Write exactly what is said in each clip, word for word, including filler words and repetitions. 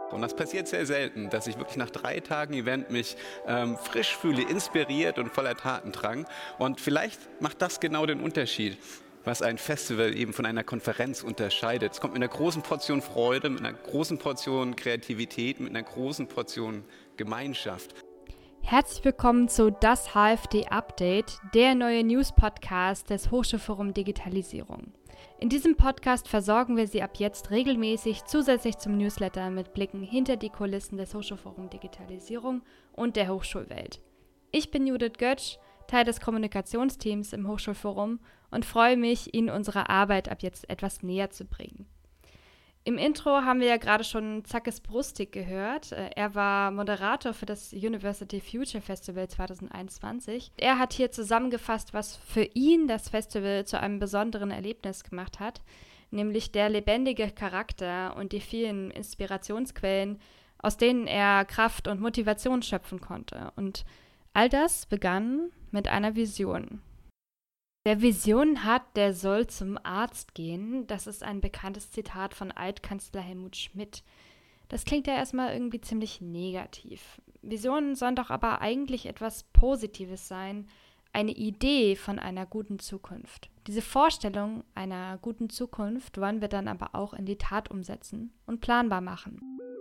Und das passiert sehr selten, dass ich wirklich nach drei Tagen Event mich ähm, frisch fühle, inspiriert und voller Tatendrang. Und vielleicht macht das genau den Unterschied, was ein Festival eben von einer Konferenz unterscheidet. Es kommt mit einer großen Portion Freude, mit einer großen Portion Kreativität, mit einer großen Portion Gemeinschaft. Herzlich willkommen zu Das H F D Update, der neue News-Podcast des Hochschulforum Digitalisierung. In diesem Podcast versorgen wir Sie ab jetzt regelmäßig zusätzlich zum Newsletter mit Blicken hinter die Kulissen des Hochschulforum Digitalisierung und der Hochschulwelt. Ich bin Judith Götsch, Teil des Kommunikationsteams im Hochschulforum und freue mich, Ihnen unsere Arbeit ab jetzt etwas näher zu bringen. Im Intro haben wir ja gerade schon Zackes Brustig gehört. Er war Moderator für das University Future Festival zwanzig einundzwanzig. Er hat hier zusammengefasst, was für ihn das Festival zu einem besonderen Erlebnis gemacht hat, nämlich der lebendige Charakter und die vielen Inspirationsquellen, aus denen er Kraft und Motivation schöpfen konnte. Und all das begann mit einer Vision. Wer Visionen hat, der soll zum Arzt gehen. Das ist ein bekanntes Zitat von Altkanzler Helmut Schmidt. Das klingt ja erstmal irgendwie ziemlich negativ. Visionen sollen doch aber eigentlich etwas Positives sein, eine Idee von einer guten Zukunft. Diese Vorstellung einer guten Zukunft wollen wir dann aber auch in die Tat umsetzen und planbar machen.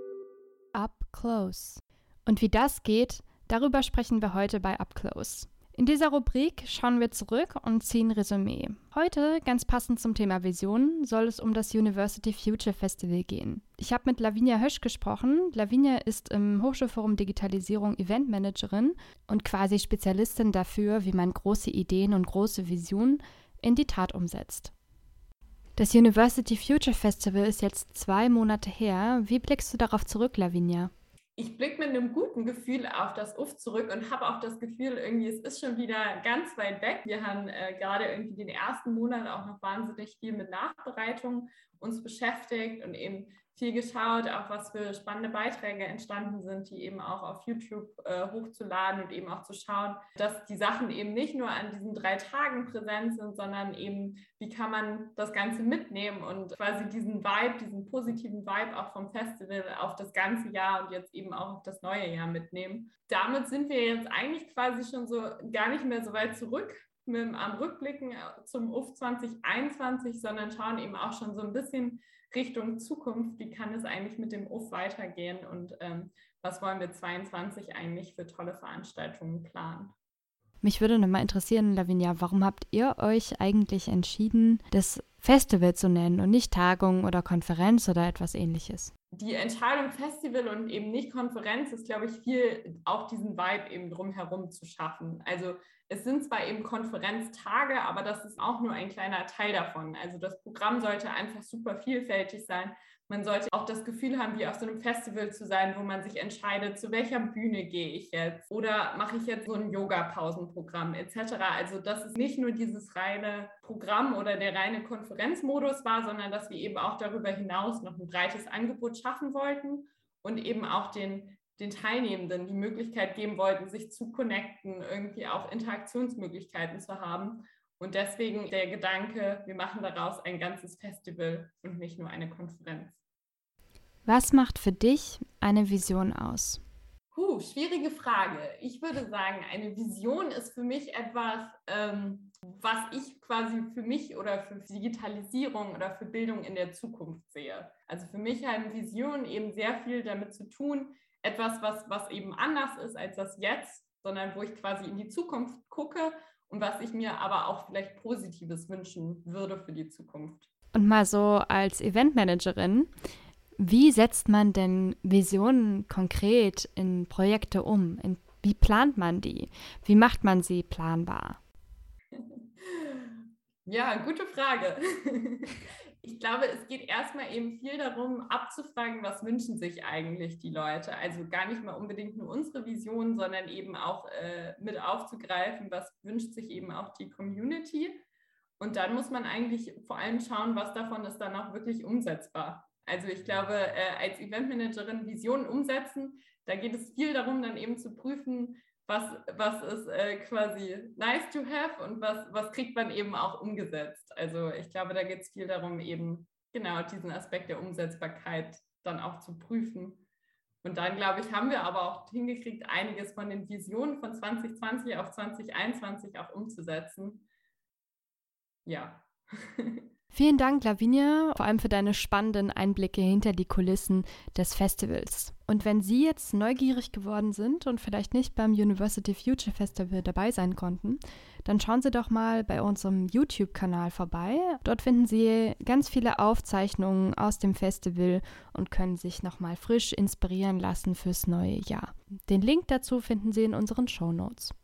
Up Close. Und wie das geht, darüber sprechen wir heute bei Up Close. In dieser Rubrik schauen wir zurück und ziehen Resümee. Heute, ganz passend zum Thema Visionen, soll es um das University Future Festival gehen. Ich habe mit Lavinia Hösch gesprochen. Lavinia ist im Hochschulforum Digitalisierung Eventmanagerin und quasi Spezialistin dafür, wie man große Ideen und große Visionen in die Tat umsetzt. Das University Future Festival ist jetzt zwei Monate her. Wie blickst du darauf zurück, Lavinia? Ich blicke mit einem guten Gefühl auf das U F zurück und habe auch das Gefühl, irgendwie, es ist schon wieder ganz weit weg. Wir haben äh, gerade irgendwie den ersten Monat auch noch wahnsinnig viel mit Nachbereitung uns beschäftigt und eben viel geschaut, auch was für spannende Beiträge entstanden sind, die eben auch auf YouTube äh, hochzuladen und eben auch zu schauen, dass die Sachen eben nicht nur an diesen drei Tagen präsent sind, sondern eben, wie kann man das Ganze mitnehmen und quasi diesen Vibe, diesen positiven Vibe auch vom Festival auf das ganze Jahr und jetzt eben auch auf das neue Jahr mitnehmen. Damit sind wir jetzt eigentlich quasi schon so gar nicht mehr so weit zurück mit dem, am Rückblicken zum U F zwanzig einundzwanzig, sondern schauen eben auch schon so ein bisschen Richtung Zukunft, wie kann es eigentlich mit dem U F weitergehen und ähm, was wollen wir zweiundzwanzig eigentlich für tolle Veranstaltungen planen. Mich würde nochmal interessieren, Lavinia, warum habt ihr euch eigentlich entschieden, das Festival zu nennen und nicht Tagung oder Konferenz oder etwas Ähnliches? Die Entscheidung Festival und eben nicht Konferenz ist, glaube ich, viel auch diesen Vibe eben drumherum zu schaffen. Also es sind zwar eben Konferenztage, aber das ist auch nur ein kleiner Teil davon. Also das Programm sollte einfach super vielfältig sein. Man sollte auch das Gefühl haben, wie auf so einem Festival zu sein, wo man sich entscheidet, zu welcher Bühne gehe ich jetzt oder mache ich jetzt so ein Yoga-Pausenprogramm et cetera. Also dass es nicht nur dieses reine Programm oder der reine Konferenzmodus war, sondern dass wir eben auch darüber hinaus noch ein breites Angebot schaffen wollten und eben auch den, den Teilnehmenden die Möglichkeit geben wollten, sich zu connecten, irgendwie auch Interaktionsmöglichkeiten zu haben. Und deswegen der Gedanke, wir machen daraus ein ganzes Festival und nicht nur eine Konferenz. Was macht für dich eine Vision aus? Puh, schwierige Frage. Ich würde sagen, eine Vision ist für mich etwas, ähm, was ich quasi für mich oder für Digitalisierung oder für Bildung in der Zukunft sehe. Also für mich haben Visionen eben sehr viel damit zu tun, etwas, was, was eben anders ist als das Jetzt, sondern wo ich quasi in die Zukunft gucke und was ich mir aber auch vielleicht Positives wünschen würde für die Zukunft. Und mal so als Eventmanagerin, wie setzt man denn Visionen konkret in Projekte um? In, wie plant man die? Wie macht man sie planbar? Ja, gute Frage. Ich glaube, es geht erstmal eben viel darum, abzufragen, was wünschen sich eigentlich die Leute. Also gar nicht mal unbedingt nur unsere Vision, sondern eben auch äh, mit aufzugreifen, was wünscht sich eben auch die Community. Und dann muss man eigentlich vor allem schauen, was davon ist dann auch wirklich umsetzbar. Also ich glaube, äh, als Eventmanagerin Visionen umsetzen, da geht es viel darum, dann eben zu prüfen, was, was ist äh, quasi nice to have und was, was kriegt man eben auch umgesetzt. Also ich glaube, da geht es viel darum, eben genau diesen Aspekt der Umsetzbarkeit dann auch zu prüfen Und dann, glaube ich, haben wir aber auch hingekriegt, einiges von den Visionen von zwanzig zwanzig auf zwanzig einundzwanzig auch umzusetzen. Ja. Vielen Dank, Lavinia, vor allem für deine spannenden Einblicke hinter die Kulissen des Festivals. Und wenn Sie jetzt neugierig geworden sind und vielleicht nicht beim University Future Festival dabei sein konnten, dann schauen Sie doch mal bei unserem YouTube-Kanal vorbei. Dort finden Sie ganz viele Aufzeichnungen aus dem Festival und können sich nochmal frisch inspirieren lassen fürs neue Jahr. Den Link dazu finden Sie in unseren Shownotes.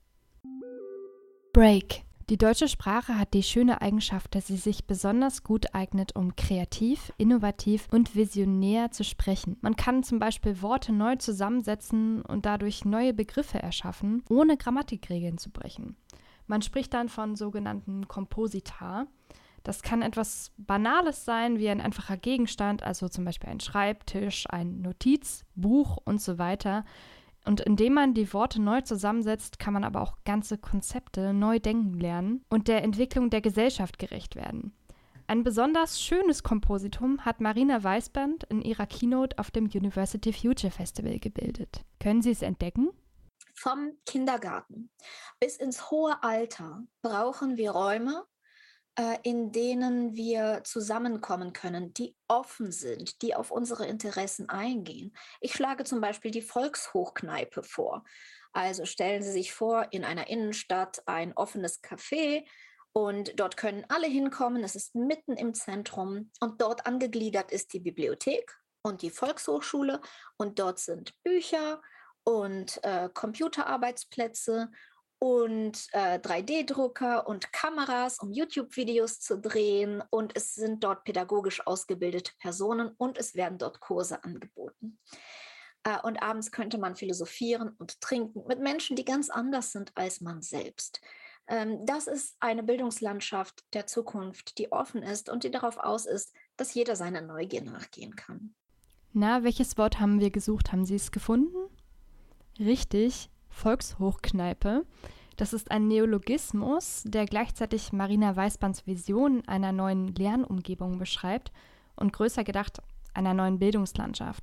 Break. Die deutsche Sprache hat die schöne Eigenschaft, dass sie sich besonders gut eignet, um kreativ, innovativ und visionär zu sprechen. Man kann zum Beispiel Worte neu zusammensetzen und dadurch neue Begriffe erschaffen, ohne Grammatikregeln zu brechen. Man spricht dann von sogenannten Komposita. Das kann etwas Banales sein, wie ein einfacher Gegenstand, also zum Beispiel ein Schreibtisch, ein Notizbuch und so weiter. Und indem man die Worte neu zusammensetzt, kann man aber auch ganze Konzepte neu denken lernen und der Entwicklung der Gesellschaft gerecht werden. Ein besonders schönes Kompositum hat Marina Weißband in ihrer Keynote auf dem University Future Festival gebildet. Können Sie es entdecken? Vom Kindergarten bis ins hohe Alter brauchen wir Räume, in denen wir zusammenkommen können, die offen sind, die auf unsere Interessen eingehen. Ich schlage zum Beispiel die Volkshochkneipe vor. Also stellen Sie sich vor, in einer Innenstadt ein offenes Café und dort können alle hinkommen. Es ist mitten im Zentrum und dort angegliedert ist die Bibliothek und die Volkshochschule und dort sind Bücher und äh, Computerarbeitsplätze und äh, drei D Drucker und Kameras, um YouTube-Videos zu drehen. Und es sind dort pädagogisch ausgebildete Personen und es werden dort Kurse angeboten. Äh, und abends könnte man philosophieren und trinken mit Menschen, die ganz anders sind als man selbst. Ähm, das ist eine Bildungslandschaft der Zukunft, die offen ist und die darauf aus ist, dass jeder seiner Neugier nachgehen kann. Na, welches Wort haben wir gesucht? Haben Sie es gefunden? Richtig. Volkshochkneipe. Das ist ein Neologismus, der gleichzeitig Marina Weißbands Vision einer neuen Lernumgebung beschreibt und größer gedacht einer neuen Bildungslandschaft.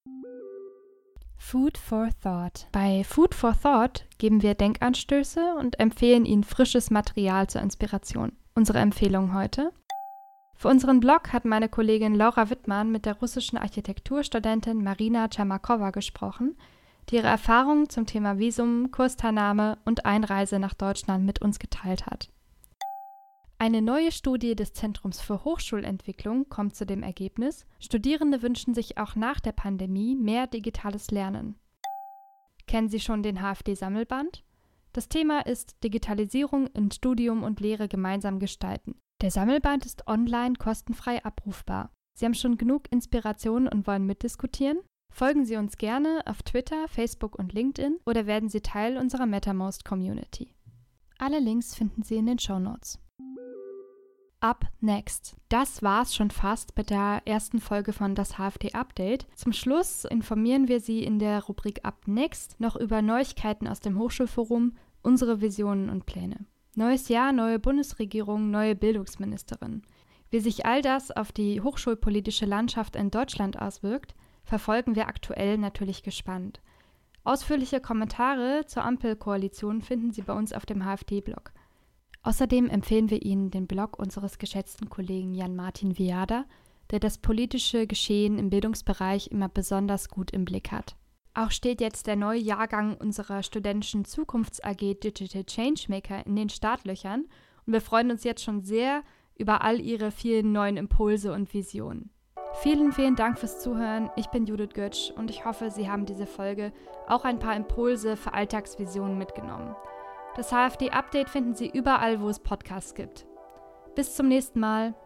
Food for Thought. Bei Food for Thought geben wir Denkanstöße und empfehlen Ihnen frisches Material zur Inspiration. Unsere Empfehlung heute: Für unseren Blog hat meine Kollegin Laura Wittmann mit der russischen Architekturstudentin Marina Tschermakowa gesprochen, die ihre Erfahrungen zum Thema Visum, Kursteilnahme und Einreise nach Deutschland mit uns geteilt hat. Eine neue Studie des Zentrums für Hochschulentwicklung kommt zu dem Ergebnis, Studierende wünschen sich auch nach der Pandemie mehr digitales Lernen. Kennen Sie schon den H F D-Sammelband? Das Thema ist Digitalisierung in Studium und Lehre gemeinsam gestalten. Der Sammelband ist online kostenfrei abrufbar. Sie haben schon genug Inspiration und wollen mitdiskutieren? Folgen Sie uns gerne auf Twitter, Facebook und LinkedIn oder werden Sie Teil unserer Mattermost-Community. Alle Links finden Sie in den Shownotes. Up next. Das war's schon fast mit der ersten Folge von das H F D-Update. Zum Schluss informieren wir Sie in der Rubrik Up next noch über Neuigkeiten aus dem Hochschulforum, unsere Visionen und Pläne. Neues Jahr, neue Bundesregierung, neue Bildungsministerin. Wie sich all das auf die hochschulpolitische Landschaft in Deutschland auswirkt, verfolgen wir aktuell natürlich gespannt. Ausführliche Kommentare zur Ampelkoalition finden Sie bei uns auf dem H F D-Blog. Außerdem empfehlen wir Ihnen den Blog unseres geschätzten Kollegen Jan-Martin Viada, der das politische Geschehen im Bildungsbereich immer besonders gut im Blick hat. Auch steht jetzt der neue Jahrgang unserer studentischen Zukunfts-A G Digital Changemaker in den Startlöchern und wir freuen uns jetzt schon sehr über all Ihre vielen neuen Impulse und Visionen. Vielen, vielen Dank fürs Zuhören. Ich bin Judith Götsch und ich hoffe, Sie haben diese Folge auch ein paar Impulse für Alltagsvisionen mitgenommen. Das H F D-Update finden Sie überall, wo es Podcasts gibt. Bis zum nächsten Mal.